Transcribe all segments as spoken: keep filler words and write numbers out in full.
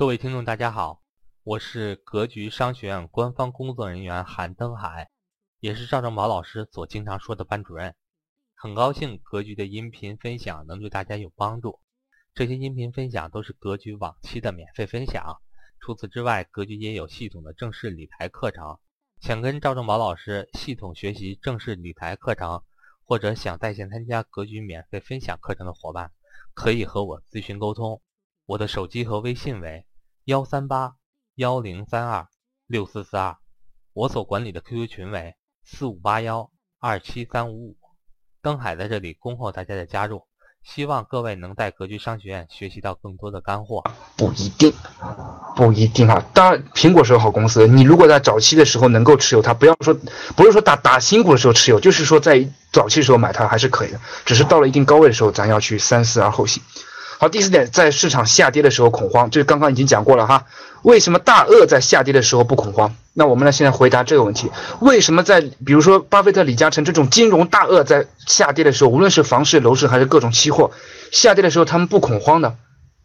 各位听众大家好，我是格局商学院官方工作人员韩登海，也是赵正宝老师所经常说的班主任。很高兴格局的音频分享能对大家有帮助，这些音频分享都是格局往期的免费分享。除此之外，格局也有系统的正式理财课程，想跟赵正宝老师系统学习正式理财课程，或者想在线参加格局免费分享课程的伙伴，可以和我咨询沟通。我的手机和微信为幺三八幺零三二六四四二，我所管理的 Q Q 群为四五八幺二七三五五。登海在这里恭候大家的加入，希望各位能在格局商学院学习到更多的干货。 不一定，不一定啊！当然，苹果是个好公司，你如果在早期的时候能够持有它，不要说不是说打打新股的时候持有，就是说在早期的时候买它还是可以的，只是到了一定高位的时候，咱要去三思而后行。好，第四点，在市场下跌的时候恐慌，这刚刚已经讲过了哈。为什么大鳄在下跌的时候不恐慌？那我们呢现在回答这个问题：为什么在比如说巴菲特、李嘉诚这种金融大鳄在下跌的时候，无论是房市、楼市还是各种期货下跌的时候，他们不恐慌呢？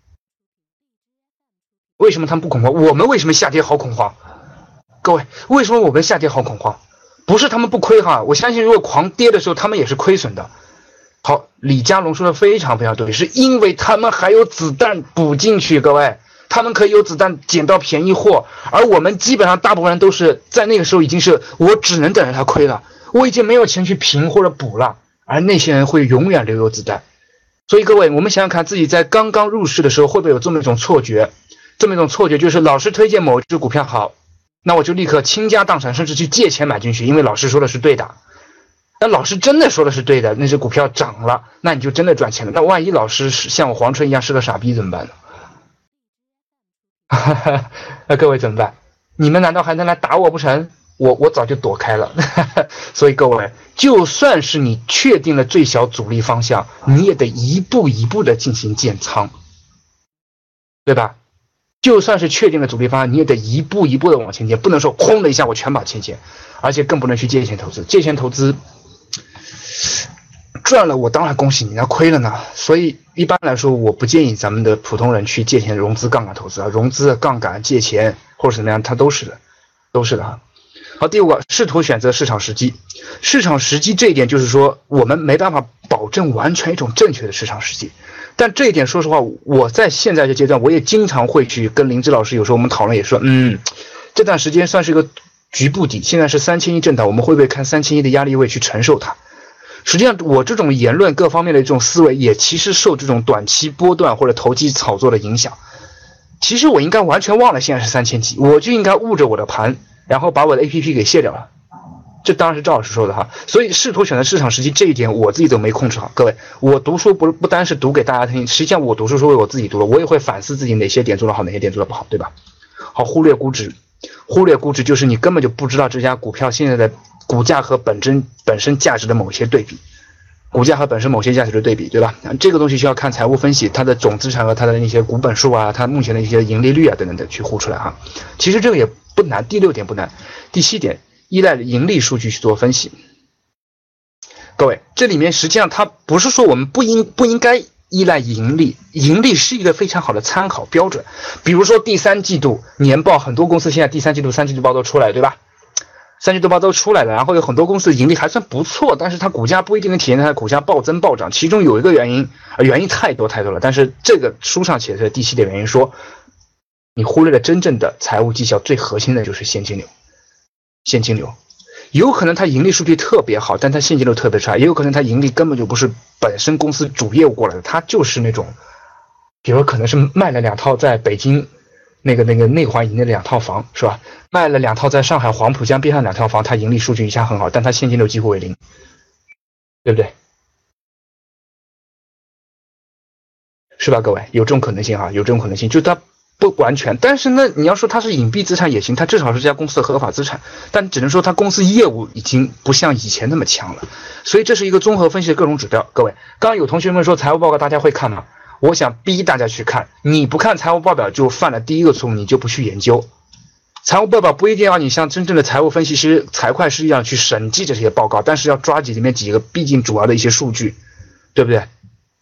为什么他们不恐慌？我们为什么下跌好恐慌？各位，为什么我们下跌好恐慌？不是他们不亏哈，我相信如果狂跌的时候，他们也是亏损的。好，李佳龙说的非常非常对，是因为他们还有子弹补进去，各位，他们可以有子弹捡到便宜货，而我们基本上大部分人都是在那个时候已经是我只能等着他亏了，我已经没有钱去平或者补了，而那些人会永远留有子弹。所以各位，我们想想看自己在刚刚入市的时候会不会有这么一种错觉，这么一种错觉就是老师推荐某一只股票好，那我就立刻倾家荡产，甚至去借钱买进去，因为老师说的是对的。那老师真的说的是对的，那只股票涨了，那你就真的赚钱了。那万一老师是像我黄春一样是个傻逼怎么办呢？那各位怎么办？你们难道还能来打我不成？我我早就躲开了。所以各位，就算是你确定了最小阻力方向，你也得一步一步的进行建仓，对吧？就算是确定了阻力方向，你也得一步一步的往前进，不能说轰的一下我全把钱钱，而且更不能去借钱投资。借钱投资赚了我当然恭喜你，那亏了呢？所以一般来说，我不建议咱们的普通人去借钱融资杠杆投资啊，融资杠杆借钱或者怎么样，它都是的，都是的哈。好，第五个，试图选择市场时机。市场时机这一点就是说，我们没办法保证完全一种正确的市场时机。但这一点，说实话，我在现在这阶段，我也经常会去跟林芝老师，有时候我们讨论也说，嗯，这段时间算是一个局部底，现在是三千亿震荡，我们会不会看三千亿的压力位去承受它？实际上，我这种言论各方面的这种思维，也其实受这种短期波段或者投机炒作的影响。其实我应该完全忘了现在是三千几，我就应该捂着我的盘，然后把我的 A P P 给卸掉了。这当然是赵老师说的哈，所以试图选择市场时机这一点，我自己都没控制好。各位，我读书不不单是读给大家听，实际上我读书是为我自己读的，我也会反思自己哪些点做得好，哪些点做得不好，对吧？好，忽略估值，忽略估值就是你根本就不知道这家股票现在的股价和本身本身价值的某些对比，股价和本身某些价值的对比，对吧？这个东西需要看财务分析，它的总资产和它的那些股本数啊，它目前的一些盈利率啊等等的去呼出来哈。其实这个也不难，第六点不难，第七点。依赖盈利数据去做分析。各位，这里面实际上它不是说我们不应不应该依赖盈利，盈利是一个非常好的参考标准。比如说第三季度年报，很多公司现在第三季度、三季度报都出来，对吧？三季度报都出来了，然后有很多公司盈利还算不错，但是它股价不一定能体现它的股价暴增暴涨。其中有一个原因，原因太多太多了，但是这个书上写的第七点原因说，你忽略了真正的财务绩效最核心的就是现金流。现金流有可能它盈利数据特别好，但它现金流特别差，也有可能它盈利根本就不是本身公司主业务过来的，它就是那种比如可能是卖了两套在北京那个那个内环营的两套房，是吧？卖了两套在上海黄浦江边上两套房，它盈利数据一下很好，但它现金流几乎为零，对不对？是吧？各位，有这种可能性哈，有这种可能性，就它不完全，但是呢，你要说它是隐蔽资产也行，它至少是这家公司的合法资产，但只能说它公司业务已经不像以前那么强了，所以这是一个综合分析的各种指标。各位，刚刚有同学们说财务报告大家会看吗？我想逼大家去看，你不看财务报表就犯了第一个错误，你就不去研究。财务报表不一定要你像真正的财务分析师、财会师一样去审计这些报告，但是要抓紧里面几个毕竟主要的一些数据，对不对？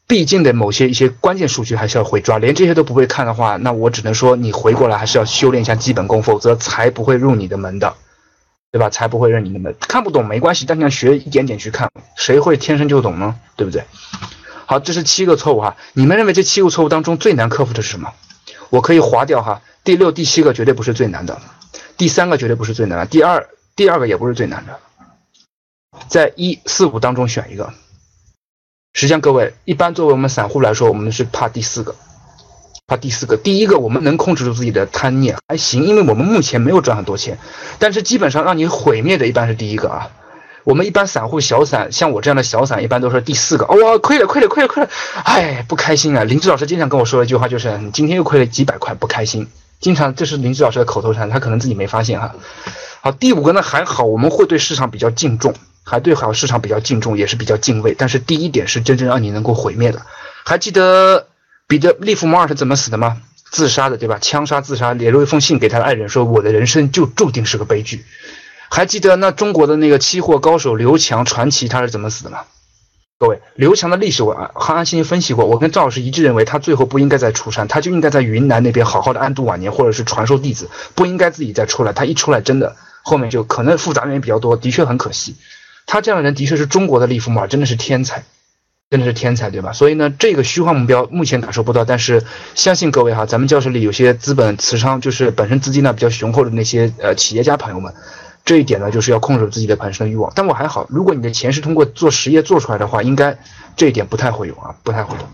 毕竟的某些一些关键数据还是要会抓，连这些都不会看的话，那我只能说你回过来还是要修炼一下基本功，否则才不会入你的门的，对吧？才不会入你的门。看不懂没关系，但你要学一点点去看，谁会天生就懂呢？对不对？好，这是七个错误哈。你们认为这七个错误当中最难克服的是什么？我可以划掉哈。第六、第七个绝对不是最难的，第三个绝对不是最难的，第二第二个也不是最难的，在一四五当中选一个。实际上，各位，一般作为我们散户来说，我们是怕第四个，怕第四个。第一个，我们能控制住自己的贪念，还行，因为我们目前没有赚很多钱。但是基本上让你毁灭的，一般是第一个啊。我们一般散户小散，像我这样的小散，一般都是第四个。哦，亏了，亏了，亏了，亏了，哎，不开心啊！林志老师经常跟我说的一句话就是：你今天又亏了几百块，不开心。经常这是林志老师的口头禅，他可能自己没发现哈。好，第五个呢还好，我们会对市场比较敬重。还对好市场比较敬重，也是比较敬畏，但是第一点是真正让你能够毁灭的。还记得彼得利弗摩尔是怎么死的吗？自杀的，对吧？枪杀自杀，写了一封信给他的爱人，说我的人生就注定是个悲剧。还记得那中国的那个期货高手刘强传奇他是怎么死的吗？各位，刘强的历史我和安欣分析过，我跟赵老师一致认为他最后不应该在出山，他就应该在云南那边好好的安度晚年，或者是传授弟子，不应该自己再出来。他一出来真的后面就可能复杂原因比较多，的确很可惜。他这样的人的确是中国的利弗莫尔，真的是天才，真的是天才，对吧？所以呢，这个虚幻目标目前感受不到，但是相信各位哈，咱们教室里有些资本持仓，就是本身资金呢比较雄厚的那些呃企业家朋友们，这一点呢就是要控制自己的本身的欲望。但我还好，如果你的钱是通过做实业做出来的话，应该这一点不太会有啊，不太会有。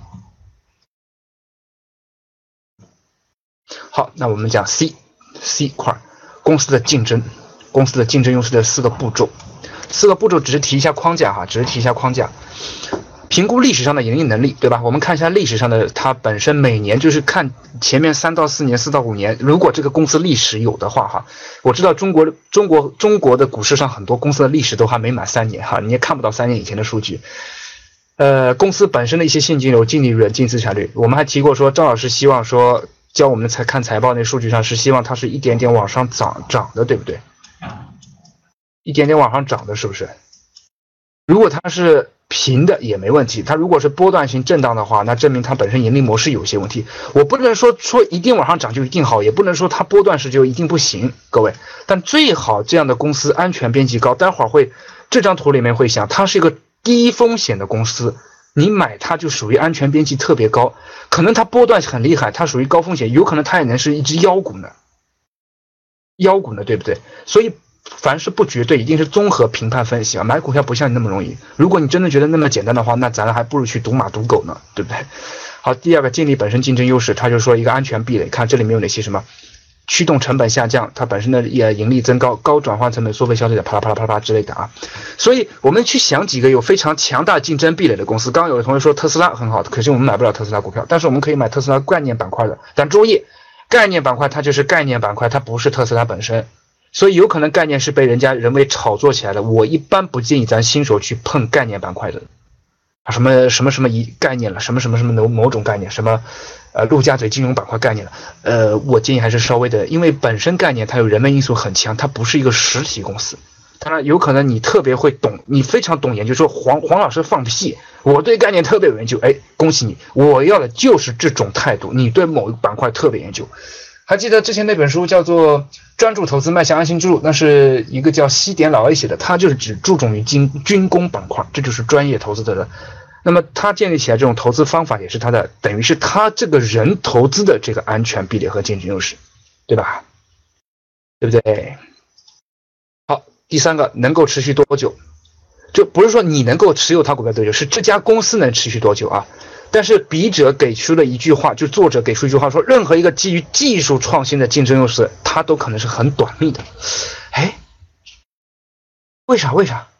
好，那我们讲 C C 块，公司的竞争，公司的竞争优势的四个步骤。四个步骤只是提一下框架哈，只是提一下框架。评估历史上的盈利能力，对吧？我们看一下历史上的它本身每年就是看前面三到四年、四到五年，如果这个公司历史有的话哈，我知道中国中国中国的股市上很多公司的历史都还没满三年哈，你也看不到三年以前的数据。呃，公司本身的一些现金流、净利润、净资产率，我们还提过说，赵老师希望说教我们财看财报那数据上是希望它是一点点往上涨涨的，对不对？一点点往上涨的，是不是？如果它是平的也没问题，它如果是波段性震荡的话，那证明它本身盈利模式有些问题。我不能说说一定往上涨就一定好，也不能说它波段式就一定不行，各位。但最好这样的公司安全边际高，待会儿会这张图里面会想，它是一个低风险的公司，你买它就属于安全边际特别高。可能它波段很厉害，它属于高风险，有可能它也能是一只妖股呢，妖股呢，对不对？所以凡是不绝对，一定是综合评判分析啊！买股票不像你那么容易。如果你真的觉得那么简单的话，那咱还不如去赌马赌狗呢，对不对？好，第二个建立本身竞争优势，它就说一个安全壁垒。看这里面有哪些什么驱动成本下降，它本身的也盈利增高，高转换成本，缩费消费者，啪啦啪啦啪啦之类的啊。所以我们去想几个有非常强大竞争壁垒的公司。刚刚有的同学说特斯拉很好，可是我们买不了特斯拉股票，但是我们可以买特斯拉概念板块的。但注意，概念板块它就是概念板块，它不是特斯拉本身。所以有可能概念是被人家人为炒作起来的，我一般不建议咱新手去碰概念板块的，啊什么什么什么一概念了，什么什么什么某某种概念，什么呃陆家嘴金融板块概念了，呃我建议还是稍微的，因为本身概念它有人为因素很强，它不是一个实体公司。当然有可能你特别会懂，你非常懂研究，说黄黄老师放屁，我对概念特别有研究，哎，恭喜你，我要的就是这种态度，你对某一个板块特别研究。还记得之前那本书叫做《专注投资迈向安心之路》，那是一个叫西点老 A 写的，他就是只注重于军军工板块，这就是专业投资者的。那么他建立起来这种投资方法，也是他的，等于是他这个人投资的这个安全壁垒和竞争优势，对吧？对不对？好，第三个，能够持续多久？就不是说你能够持有他股票多久，是这家公司能持续多久啊？但是笔者给出了一句话，就作者给出一句话说，任何一个基于技术创新的竞争优势，它都可能是很短命的。哎，为啥？为啥？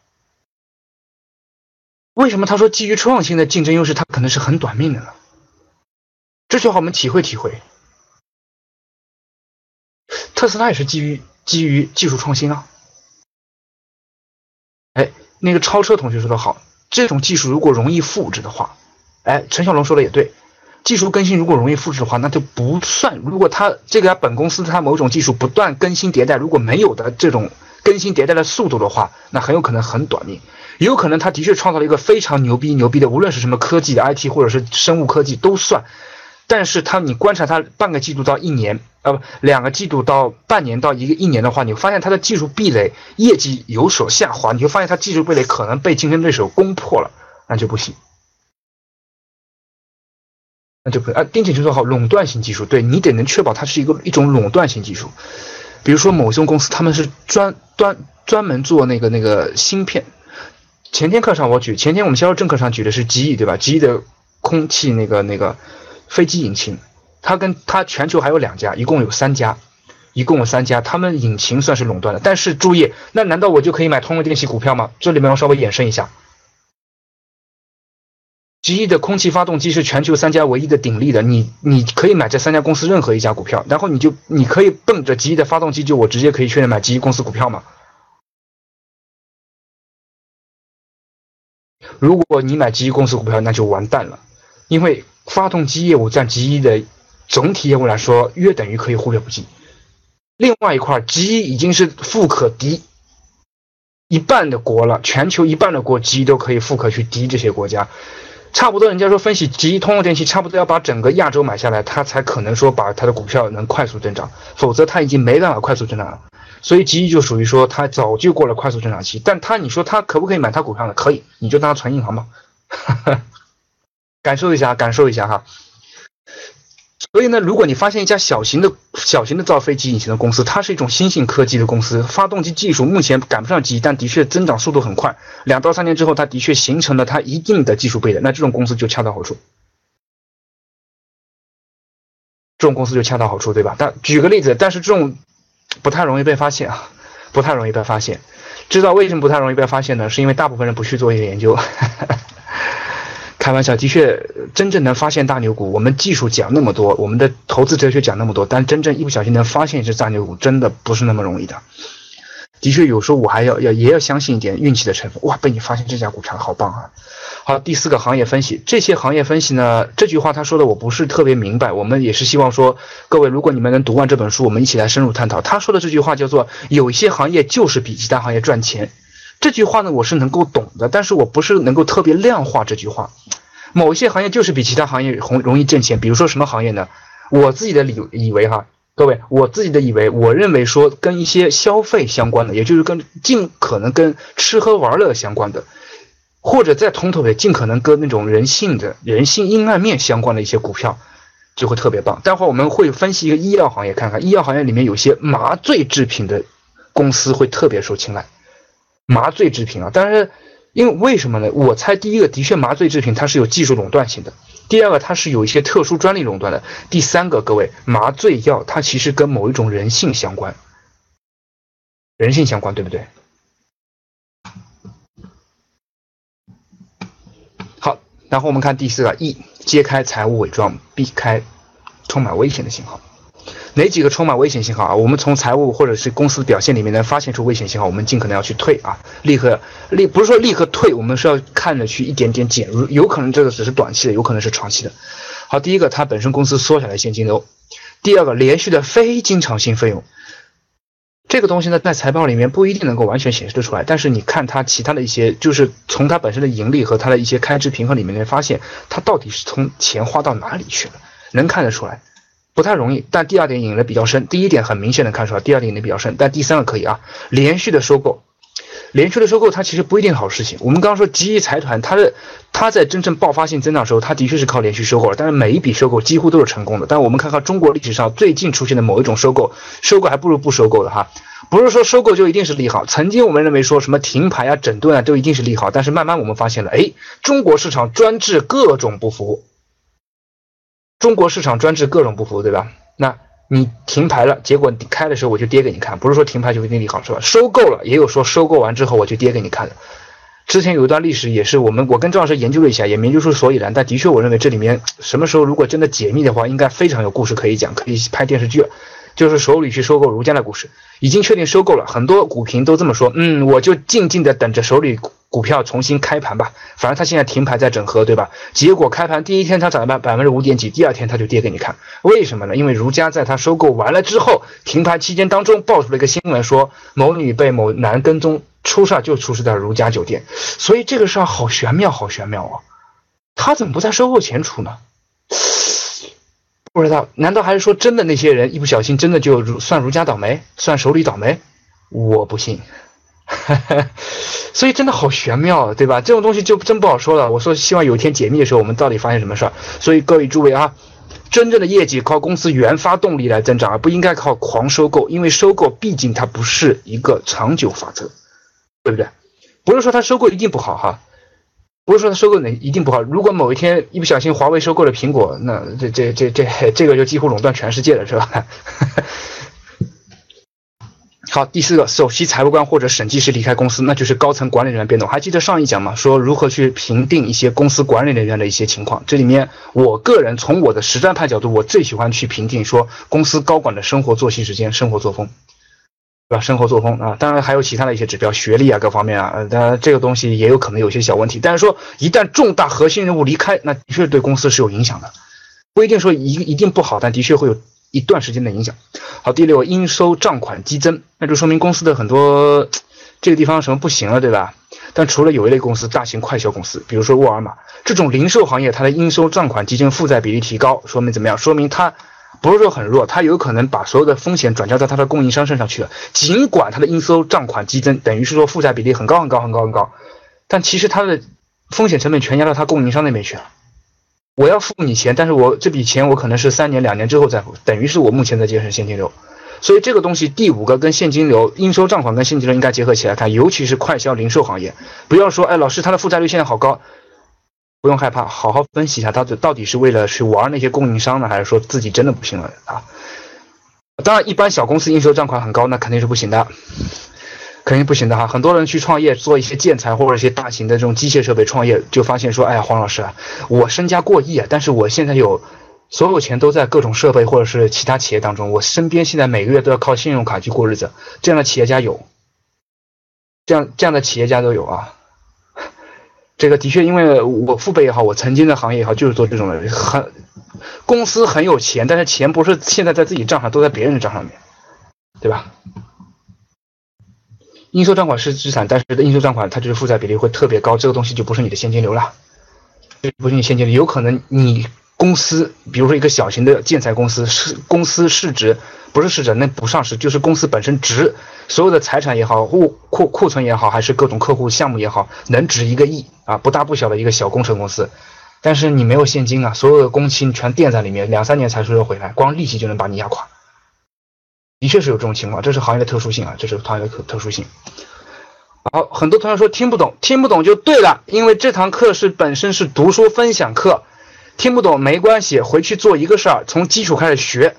为什么他说基于创新的竞争优势，它可能是很短命的呢？这句话我们体会体会。特斯拉也是基于基于技术创新啊。哎，那个超车同学说的好，这种技术如果容易复制的话。哎，陈小龙说的也对，技术更新如果容易复制的话，那就不算。如果它这个本公司它某种技术不断更新迭代，如果没有的这种更新迭代的速度的话，那很有可能很短命。 有可能他的确创造了一个非常牛逼牛逼的，无论是什么科技、I T 或者是生物科技都算。但是他你观察他半个季度到一年，呃不，两个季度到半年到一个一年的话，你发现他的技术壁垒业绩有所下滑，你就发现他技术壁垒可能被竞争对手攻破了，那就不行。那就不啊，并且就说好垄断性技术，对你得能确保它是一个一种垄断性技术。比如说某些公司，他们是专专专门做那个那个芯片。前天课上我举，前天我们销售正课上举的是极翼，对吧？极翼的空气那个那个飞机引擎，它跟它全球还有两家，一共有三家，一共有三家，他们引擎算是垄断的。但是注意，那难道我就可以买通用电气股票吗？这里面我稍微延伸一下。极翼的空气发动机是全球三家唯一的鼎立的，你你可以买这三家公司任何一家股票，然后你就你可以奔着极翼的发动机，就我直接可以确认买极翼公司股票吗？如果你买极翼公司股票，那就完蛋了，因为发动机业务占极翼的总体业务来说，约等于可以忽略不计。另外一块，极翼已经是富可敌一半的国了，全球一半的国，极翼都可以富可去敌这些国家。差不多，人家说分析极翼通用电气，差不多要把整个亚洲买下来，它才可能说把它的股票能快速增长，否则它已经没办法快速增长了。所以极翼就属于说它早就过了快速增长期，但它你说它可不可以买它股票呢？可以，你就当它存银行吧，感受一下，感受一下哈。所以呢，如果你发现一家小型的小型的造飞机引擎的公司，它是一种新兴科技的公司，发动机技术目前赶不上极翼，但的确增长速度很快，两到三年之后，它的确形成了它一定的技术壁垒，那这种公司就恰到好处，这种公司就恰到好处，对吧？但举个例子，但是这种不太容易被发现啊，不太容易被发现。知道为什么不太容易被发现呢？是因为大部分人不去做一个研究。开玩笑，的确，真正能发现大牛股，我们技术讲那么多，我们的投资哲学讲那么多，但真正一不小心能发现一只大牛股，真的不是那么容易的。的确，有时候我还要要也要相信一点运气的成分。哇，被你发现这家股票好棒啊！好，第四个行业分析，这些行业分析呢，这句话他说的我不是特别明白，我们也是希望说，各位如果你们能读完这本书，我们一起来深入探讨。他说的这句话叫做有一些行业就是比其他行业赚钱。这句话呢，我是能够懂的，但是我不是能够特别量化这句话。某些行业就是比其他行业容容易挣钱，比如说什么行业呢？我自己的理以为哈，各位，我自己的以为，我认为说跟一些消费相关的，也就是跟尽可能跟吃喝玩乐相关的，或者再通透的，尽可能跟那种人性的人性阴暗面相关的一些股票，就会特别棒。待会儿我们会分析一个医药行业，看看医药行业里面有些麻醉制品的公司会特别受青睐。麻醉制品啊，但是因为为什么呢？我猜第一个的确麻醉制品它是有技术垄断性的，第二个它是有一些特殊专利垄断的，第三个各位，麻醉药它其实跟某一种人性相关，人性相关，对不对？好，然后我们看第四个 E， 揭开财务伪装，避开充满危险的信号。哪几个充满危险信号啊？我们从财务或者是公司表现里面能发现出危险信号，我们尽可能要去退啊，立刻立不是说立刻退，我们是要看着去一点点减入，有可能这个只是短期的，有可能是长期的。好，第一个，它本身公司缩下来现金流；第二个，连续的非经常性费用。这个东西呢，在财报里面不一定能够完全显示得出来，但是你看它其他的一些，就是从它本身的盈利和它的一些开支平衡里面能发现，它到底是从钱花到哪里去了，能看得出来。不太容易，但第二点引的比较深。第一点很明显的看出来，第二点引的比较深，但第三个可以啊，连续的收购，连续的收购它其实不一定好事情。我们刚刚说极翼财团，它的它在真正爆发性增长的时候，它的确是靠连续收购，但是每一笔收购几乎都是成功的。但我们看看中国历史上最近出现的某一种收购，收购还不如不收购的哈。不是说收购就一定是利好，曾经我们认为说什么停牌啊、整顿啊都一定是利好，但是慢慢我们发现了，哎，中国市场专治各种不服。中国市场专治各种不服，对吧？那你停牌了，结果你开的时候我就跌给你看，不是说停牌就一定利好，是吧？收购了，也有说收购完之后我就跌给你看的。之前有一段历史也是我们我跟赵老师研究了一下，也研究出所以然，但的确我认为这里面什么时候如果真的解密的话，应该非常有故事可以讲，可以拍电视剧了。就是手里去收购如家的股市，已经确定收购了，很多股评都这么说，嗯，我就静静的等着手里股票重新开盘吧，反正他现在停牌在整合，对吧？结果开盘第一天它涨了百分之五点几，第二天它就跌给你看，为什么呢？因为如家在它收购完了之后，停牌期间当中爆出了一个新闻说，某女被某男跟踪出事就出事在如家酒店，所以这个事儿好玄妙，好玄妙哦。他怎么不在收购前出呢？不知道，难道还是说真的那些人一不小心真的就算如家倒霉，算手里倒霉？我不信。所以真的好玄妙，对吧？这种东西就真不好说了。我说希望有一天解密的时候，我们到底发现什么事儿？所以各位诸位啊，真正的业绩靠公司原发动力来增长，而不应该靠狂收购，因为收购毕竟它不是一个长久法则，对不对？不是说它收购一定不好哈。不是说它收购哪一定不好，如果某一天一不小心华为收购了苹果，那这这这这这个就几乎垄断全世界了，是吧？好，第四个，首席财务官或者审计师离开公司，那就是高层管理人员变动。还记得上一讲吗？说如何去评定一些公司管理人员的一些情况。这里面，我个人从我的实战派角度，我最喜欢去评定说公司高管的生活作息时间、生活作风。对吧？生活作风啊，当然还有其他的一些指标，学历啊，各方面啊，呃，当然这个东西也有可能有些小问题。但是说一旦重大核心人物离开，那的确对公司是有影响的，不一定说一一定不好，但的确会有一段时间的影响。好，第六，应收账款激增，那就说明公司的很多这个地方什么不行了，对吧？但除了有一类公司，大型快销公司，比如说沃尔玛这种零售行业，它的应收账款激增负债比例提高，说明怎么样？说明它不是说很弱，它有可能把所有的风险转交到它的供应商身上去了。尽管它的应收账款激增，等于是说负债比例很高很高很高很高，但其实它的风险成本全压到它供应商那边去了。我要付你钱，但是我这笔钱我可能是三年两年之后再付，等于是我目前在节省现金流。所以这个东西第五个跟现金流、应收账款跟现金流应该结合起来看，尤其是快销零售行业。不要说，哎，老师他的负债率现在好高。不用害怕，好好分析一下，他到底是为了去玩那些供应商呢，还是说自己真的不行了啊？当然，一般小公司应收账款很高，那肯定是不行的，肯定不行的哈。很多人去创业，做一些建材或者一些大型的这种机械设备创业，就发现说，哎呀，黄老师啊，我身家过亿啊，但是我现在有所有钱都在各种设备或者是其他企业当中，我身边现在每个月都要靠信用卡去过日子，这样的企业家有，这样这样的企业家都有啊。这个的确，因为我父辈也好，我曾经的行业也好，就是做这种的，很公司很有钱，但是钱不是现在在自己账上，都在别人的账上面，对吧？应收账款是资产，但是应收账款它就是负债比例会特别高，这个东西就不是你的现金流了，不是你现金流，有可能你公司，比如说一个小型的建材公司，市公司市值不是市值，那不上市，就是公司本身值。所有的财产也好，库库库存也好，还是各种客户项目也好，能值一个亿啊，不大不小的一个小工程公司，但是你没有现金啊，所有的工期全垫在里面，两三年才收得回来，光利息就能把你压垮。的确是有这种情况，这是行业的特殊性啊，这是行业的特殊性。好，很多同学说听不懂，听不懂就对了，因为这堂课是本身是读书分享课，听不懂没关系，回去做一个事儿，从基础开始学。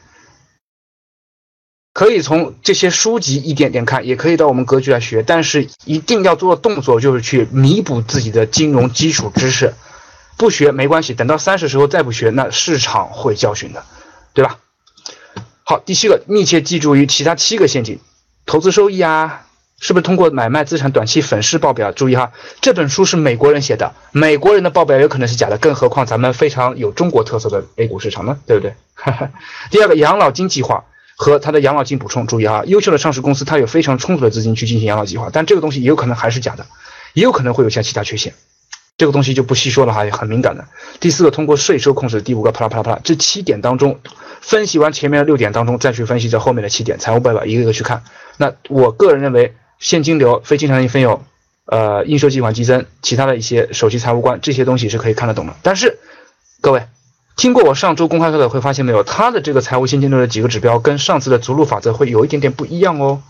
可以从这些书籍一点点看，也可以到我们格局来学，但是一定要做的动作就是去弥补自己的金融基础知识。不学没关系，等到三十时候再不学，那市场会教训的，对吧？好，第七个，密切记住于其他七个陷阱，投资收益啊，是不是通过买卖资产短期粉饰报表？注意哈，这本书是美国人写的，美国人的报表有可能是假的，更何况咱们非常有中国特色的 A 股市场呢，对不对？第二个，养老金计划。和他的养老金补充，注意啊，优秀的上市公司它有非常充足的资金去进行养老计划，但这个东西也有可能还是假的，也有可能会有些其他缺陷，这个东西就不细说了哈，也很敏感的。第四个，通过税收控制，第五个，啪啦啪啦啪啦，这七点当中，分析完前面的六点当中，再去分析这后面的七点，财务报表一个一个去看。那我个人认为，现金流、非经常性分有、呃应收计款激增，其他的一些首席财务官这些东西是可以看得懂的。但是各位。听过我上周公开课的会发现没有，它的这个财务现金流的几个指标跟上次的逐鹿法则会有一点点不一样哦。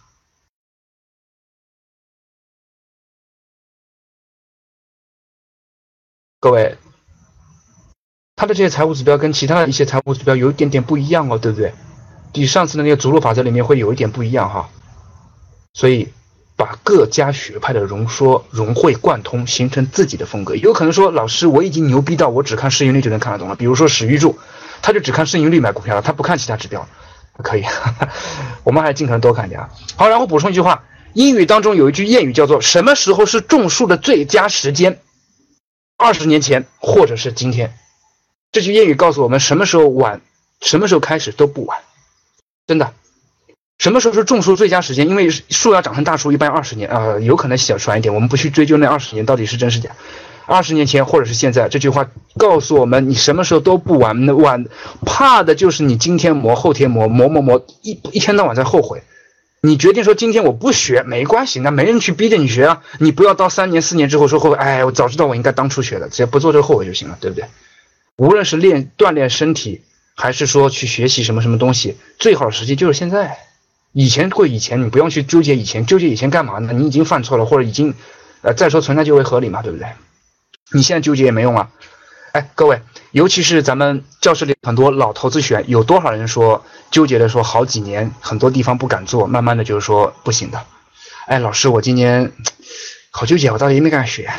各位，它的这些财务指标跟其他的一些财务指标有一点点不一样哦，对不对？比上次的那个逐鹿法则里面会有一点不一样哈。所以把各家学派的融说融会贯通，形成自己的风格。有可能说，老师我已经牛逼到我只看市盈率就能看得懂了。比如说史玉柱，他就只看市盈率买股票了，他不看其他指标，可以。我们还尽可能多看一点啊。好，然后补充一句话，英语当中有一句谚语叫做“什么时候是种树的最佳时间？二十年前或者是今天。”这句谚语告诉我们，什么时候晚，什么时候开始都不晚，真的。 什么时候是种树最佳时间？因为树要长成大树，一般二十年啊、呃，有可能小短一点。我们不去追究那二十年到底是真是假。二十年前或者是现在，这句话告诉我们，你什么时候都不晚。晚，怕的就是你今天磨，后天磨，磨磨磨，一一天到晚在后悔。你决定说今天我不学没关系，那没人去逼着你学啊。你不要到三年四年之后说后悔，哎，我早知道我应该当初学的，只要不做这个后悔就行了，对不对？无论是练锻炼身体，还是说去学习什么什么东西，最好的时机就是现在。以前会以前，你不用去纠结以前，纠结以前干嘛呢？你已经犯错了，或者已经，呃，再说存在就为合理嘛，对不对？你现在纠结也没用啊。哎，各位，尤其是咱们教室里很多老投资学员，有多少人说纠结的说好几年，很多地方不敢做，慢慢的就是说不行的。哎，老师，我今年好纠结，我到底应不应该学，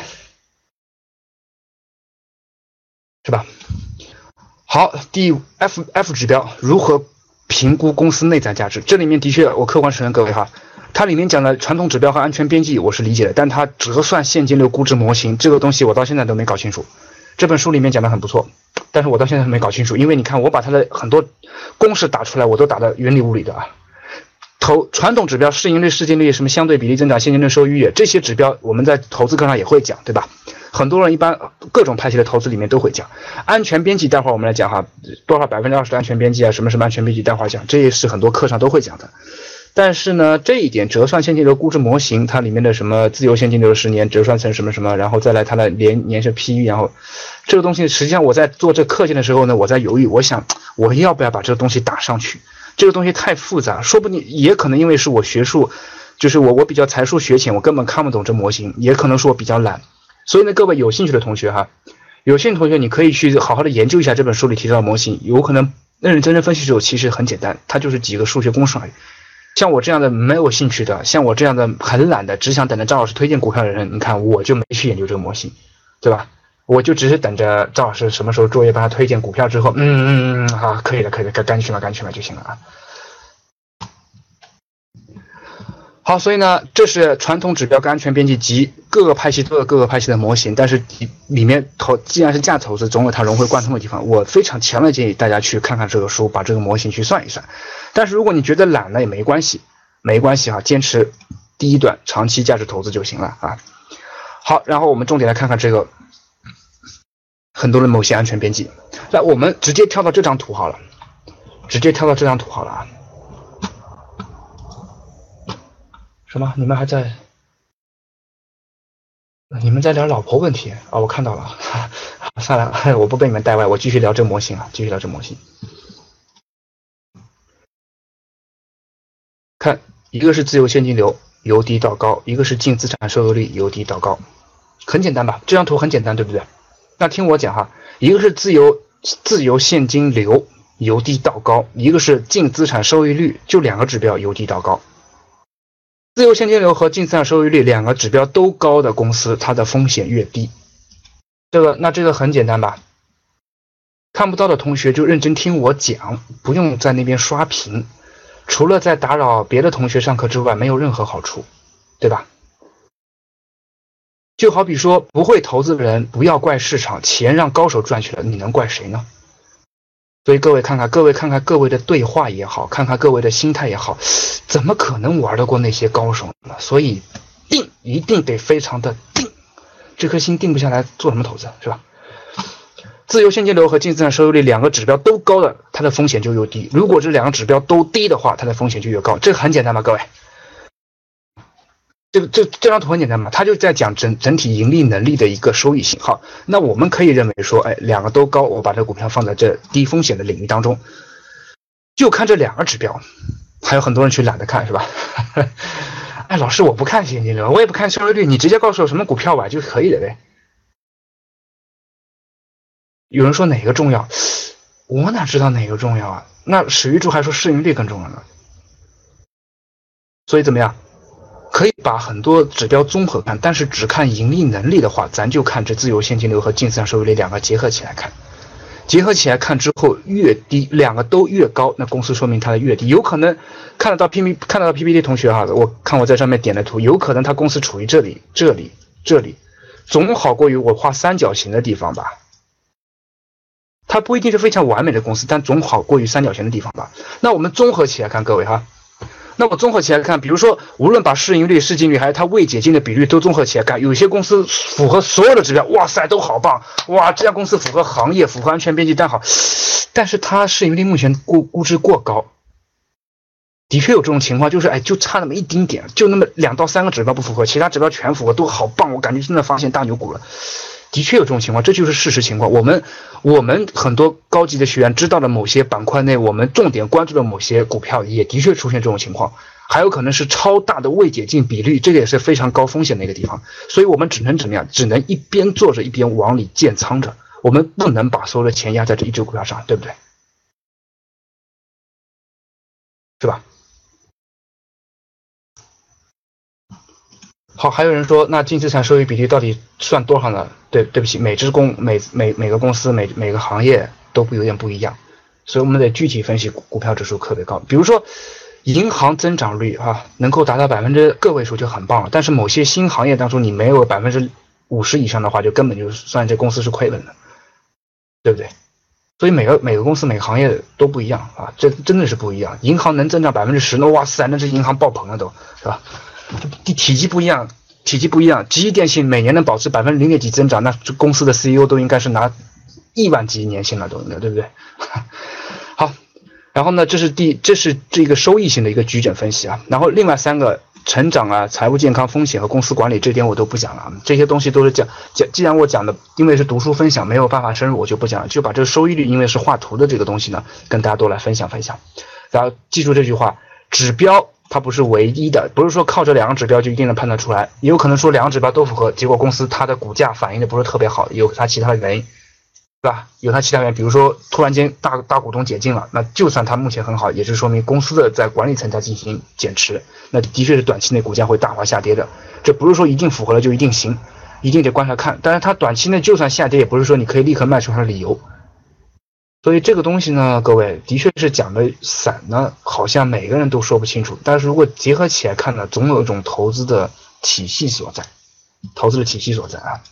是吧？好，第 F F 指标如何评估公司内在价值？这里面的确，我客观承认各位哈，它里面讲的传统指标和安全边际我是理解的，但它折算现金流估值模型这个东西我到现在都没搞清楚。这本书里面讲的很不错，但是我到现在没搞清楚，因为你看我把它的很多公式打出来，我都打的云里雾里的啊。投传统指标市盈率、市净率、什么相对比例增长、现金流收益率这些指标，我们在投资课上也会讲，对吧？很多人一般各种派系的投资里面都会讲。安全边际待会儿我们来讲哈，多少百分之二十的安全边际啊，什么什么安全边际待会儿讲，这也是很多课上都会讲的。但是呢，这一点折算现金流估值模型，它里面的什么自由现金流十年折算成什么什么，然后再来它的连年是 P E， 然后这个东西实际上我在做这课件的时候呢，我在犹豫，我想我要不要把这个东西打上去？这个东西太复杂，说不定也可能因为是我学术，就是我我比较才疏学浅，我根本看不懂这模型，也可能是我比较懒。所以呢，各位有兴趣的同学哈，有兴趣的同学你可以去好好的研究一下这本书里提到的模型，有可能认认真真分析之后，其实很简单，它就是几个数学公式而已。像我这样的没有兴趣的，像我这样的很懒的，只想等着赵老师推荐股票的人，你看我就没去研究这个模型，对吧？我就只是等着赵老师什么时候作业帮他推荐股票之后，嗯嗯嗯，好，可以的，可以的，赶赶紧去嘛，赶紧去嘛就行了啊。好，所以呢，这是传统指标跟安全边际及各个派系都有各个派系的模型，但是里面投既然是价值投资，总有它融会贯通的地方。我非常强烈建议大家去看看这个书，把这个模型去算一算。但是如果你觉得懒了也没关系，没关系哈，坚持第一段长期价值投资就行了啊。好，然后我们重点来看看这个很多的某些安全边际。那我们直接跳到这张图好了，直接跳到这张图好了啊。什么？你们还在？你们在聊老婆问题啊、哦？我看到了，算了，我不被你们带歪，我继续聊这模型啊，继续聊这模型。看，一个是自由现金流由低到高，一个是净资产收益率由低到高，很简单吧？这张图很简单，对不对？那听我讲哈，一个是自由自由现金流由低到高，一个是净资产收益率，就两个指标由低到高。自由现金流和净资产收益率两个指标都高的公司，它的风险越低。这个，那这个很简单吧？看不到的同学就认真听我讲，不用在那边刷屏，除了在打扰别的同学上课之外，没有任何好处，对吧？就好比说，不会投资的人不要怪市场，钱让高手赚去了，你能怪谁呢？所以各位看看，各位看看各位的对话也好，看看各位的心态也好，怎么可能玩得过那些高手呢？所以定一定得非常的定，这颗心定不下来，做什么投资是吧？自由现金流和净资产收益率两个指标都高的，它的风险就越低；如果这两个指标都低的话，它的风险就越高。这个很简单吧，各位？这个这这张图很简单嘛，它就在讲整整体盈利能力的一个收益信号。那我们可以认为说，哎，两个都高，我把这股票放在这低风险的领域当中，就看这两个指标。还有很多人去懒得看，是吧？哎，老师，我不看现金流，我也不看收益率，你直接告诉我什么股票吧就可以了呗。有人说哪个重要，我哪知道哪个重要啊？那史玉柱还说市盈率更重要呢。所以怎么样？可以把很多指标综合看，但是只看盈利能力的话，咱就看这自由现金流和净资产收益率两个结合起来看。结合起来看之后，越低两个都越高，那公司说明它的越低。有可能看得到 P P 看得到 P P T 同学哈，我看我在上面点的图，有可能它公司处于这里、这里、这里，总好过于我画三角形的地方吧。它不一定是非常完美的公司，但总好过于三角形的地方吧。那我们综合起来看，各位哈， 那我综合起来看，比如说无论把市盈率、市净率还是它未解禁的比率都综合起来看，有些公司符合所有的指标，哇塞，都好棒，哇，这家公司符合行业、符合安全边际单好，但是它市盈率目前估估值过高。的确有这种情况，就是哎，就差那么一丁点，就那么两到三个指标不符合，其他指标全符合，都好棒，我感觉真的发现大牛股了。的确有这种情况，这就是事实情况。我们我们很多高级的学员知道的某些板块内，我们重点关注的某些股票，也的确出现这种情况，还有可能是超大的未解禁比率，这个也是非常高风险的一个地方。所以我们只能怎么样？只能一边做着一边往里建仓着，我们不能把所有的钱压在这一只股票上，对不对？是吧？好，还有人说，那净资产收益比例到底算多少呢？对，对不起，每只公每每每个公司每每个行业都不有点不一样，所以我们得具体分析股票指数特别高。比如说，银行增长率啊，能够达到百分之个位数就很棒了。但是某些新行业当中，你没有百分之五十以上的话，就根本就算这公司是亏本的，对不对？所以每个每个公司每个行业都不一样啊，这真的是不一样。银行能增长百分之十，那哇塞，那是银行爆棚了都，是吧？体积不一样，体积不一样。吉利电信每年能保持百分之零点几增长，那公司的 C E O 都应该是拿亿万级年薪了，都应该，对不对？好，然后呢，这是第这是这个收益型的一个矩阵分析啊。然后另外三个成长啊、财务健康、风险和公司管理，这点我都不讲了，这些东西都是讲讲。既然我讲的，因为是读书分享，没有办法深入，我就不讲了，就把这个收益率，因为是画图的这个东西呢，跟大家都来分享分享。然后记住这句话，指标它不是唯一的，不是说靠这两个指标就一定能判断出来，也有可能说两个指标都符合，结果公司它的股价反应的不是特别好，有它其他的原因，对吧？有它其他原因，比如说突然间大大股东解禁了，那就算它目前很好，也是说明公司的在管理层在进行减持，那的确是短期内股价会大幅下跌的，这不是说一定符合了就一定行，一定得观察看。但是它短期内就算下跌，也不是说你可以立刻卖出它的理由。所以这个东西呢，各位的确是讲的散呢，好像每个人都说不清楚。但是如果结合起来看呢，总有一种投资的体系所在，投资的体系所在啊。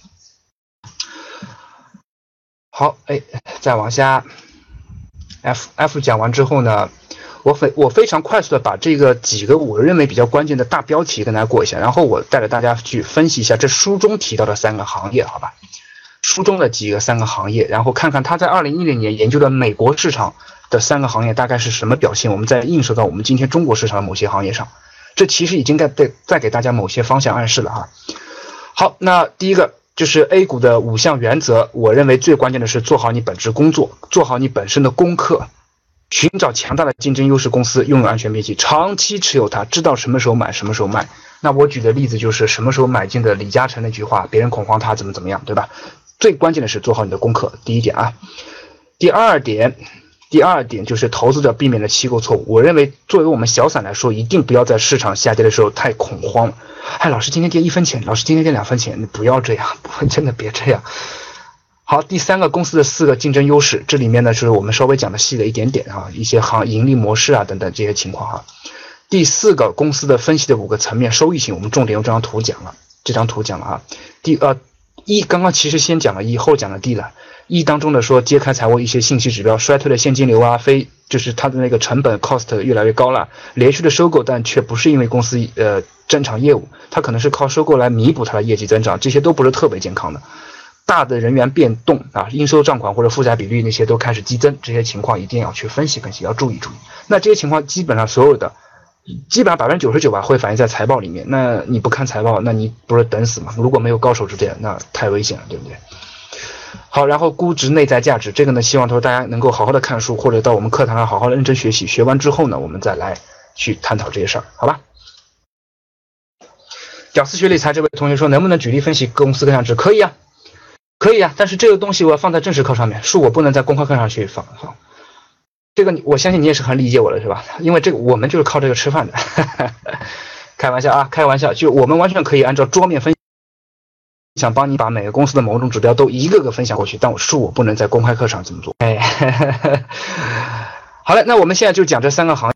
好，哎，再往下 ，F F 讲完之后呢，我非我非常快速的把这个几个我认为比较关键的大标题跟大家过一下，然后我带着大家去分析一下这书中提到的三个行业，好吧？书中的几个三个行业，然后看看他在二零一零年研究的美国市场的三个行业大概是什么表现，我们再映射到我们今天中国市场的某些行业上，这其实已经在在在给大家某些方向暗示了哈。好，那第一个就是 A 股的五项原则，我认为最关键的是做好你本职工作，做好你本身的功课，寻找强大的竞争优势公司，拥有安全边际，长期持有它，知道什么时候买，什么时候卖。那我举的例子就是什么时候买进的李嘉诚那句话，别人恐慌他怎么怎么样，对吧？最关键的是做好你的功课，第一点啊。第二点，第二点就是投资者避免了期购错误。我认为作为我们小散来说，一定不要在市场下跌的时候太恐慌了。哎，老师今天跌一分钱，老师今天跌两分钱，你不要这样，不，真的别这样。好，第三个，公司的四个竞争优势，这里面呢是我们稍微讲的细了一点点啊，一些行盈利模式啊等等这些情况哈。第四个，公司的分析的五个层面，收益性，我们重点用这张图讲了，这张图讲了啊。第呃。一刚刚其实先讲了一，后讲了 D 了。一当中的说揭开财务一些信息指标，衰退的现金流啊，非就是它的那个成本 cost 越来越高了，连续的收购，但却不是因为公司呃正常业务，它可能是靠收购来弥补它的业绩增长，这些都不是特别健康的。大的人员变动啊，应收账款或者负债比率那些都开始激增，这些情况一定要去分析分析，要注意注意。那这些情况基本上所有的。基本上百分之九十九吧会反映在财报里面，那你不看财报，那你不是等死吗？如果没有高手指点，那太危险了，对不对？好，然后估值内在价值，这个呢，希望说大家能够好好的看书，或者到我们课堂上好好的认真学习，学完之后呢，我们再来去探讨这些事儿，好吧？屌丝学理财这位同学说，能不能举例分析公司各项值？可以啊，可以啊，但是这个东西我要放在正式课上面，书我不能在公开课上去放放。这个我相信你也是很理解我的，是吧？因为这个我们就是靠这个吃饭的，开玩笑啊，开玩笑，就我们完全可以按照桌面分享，帮你把每个公司的某种指标都一个个分享过去，但我是我不能在公开课上这么做。哎，好了，那我们现在就讲这三个行业。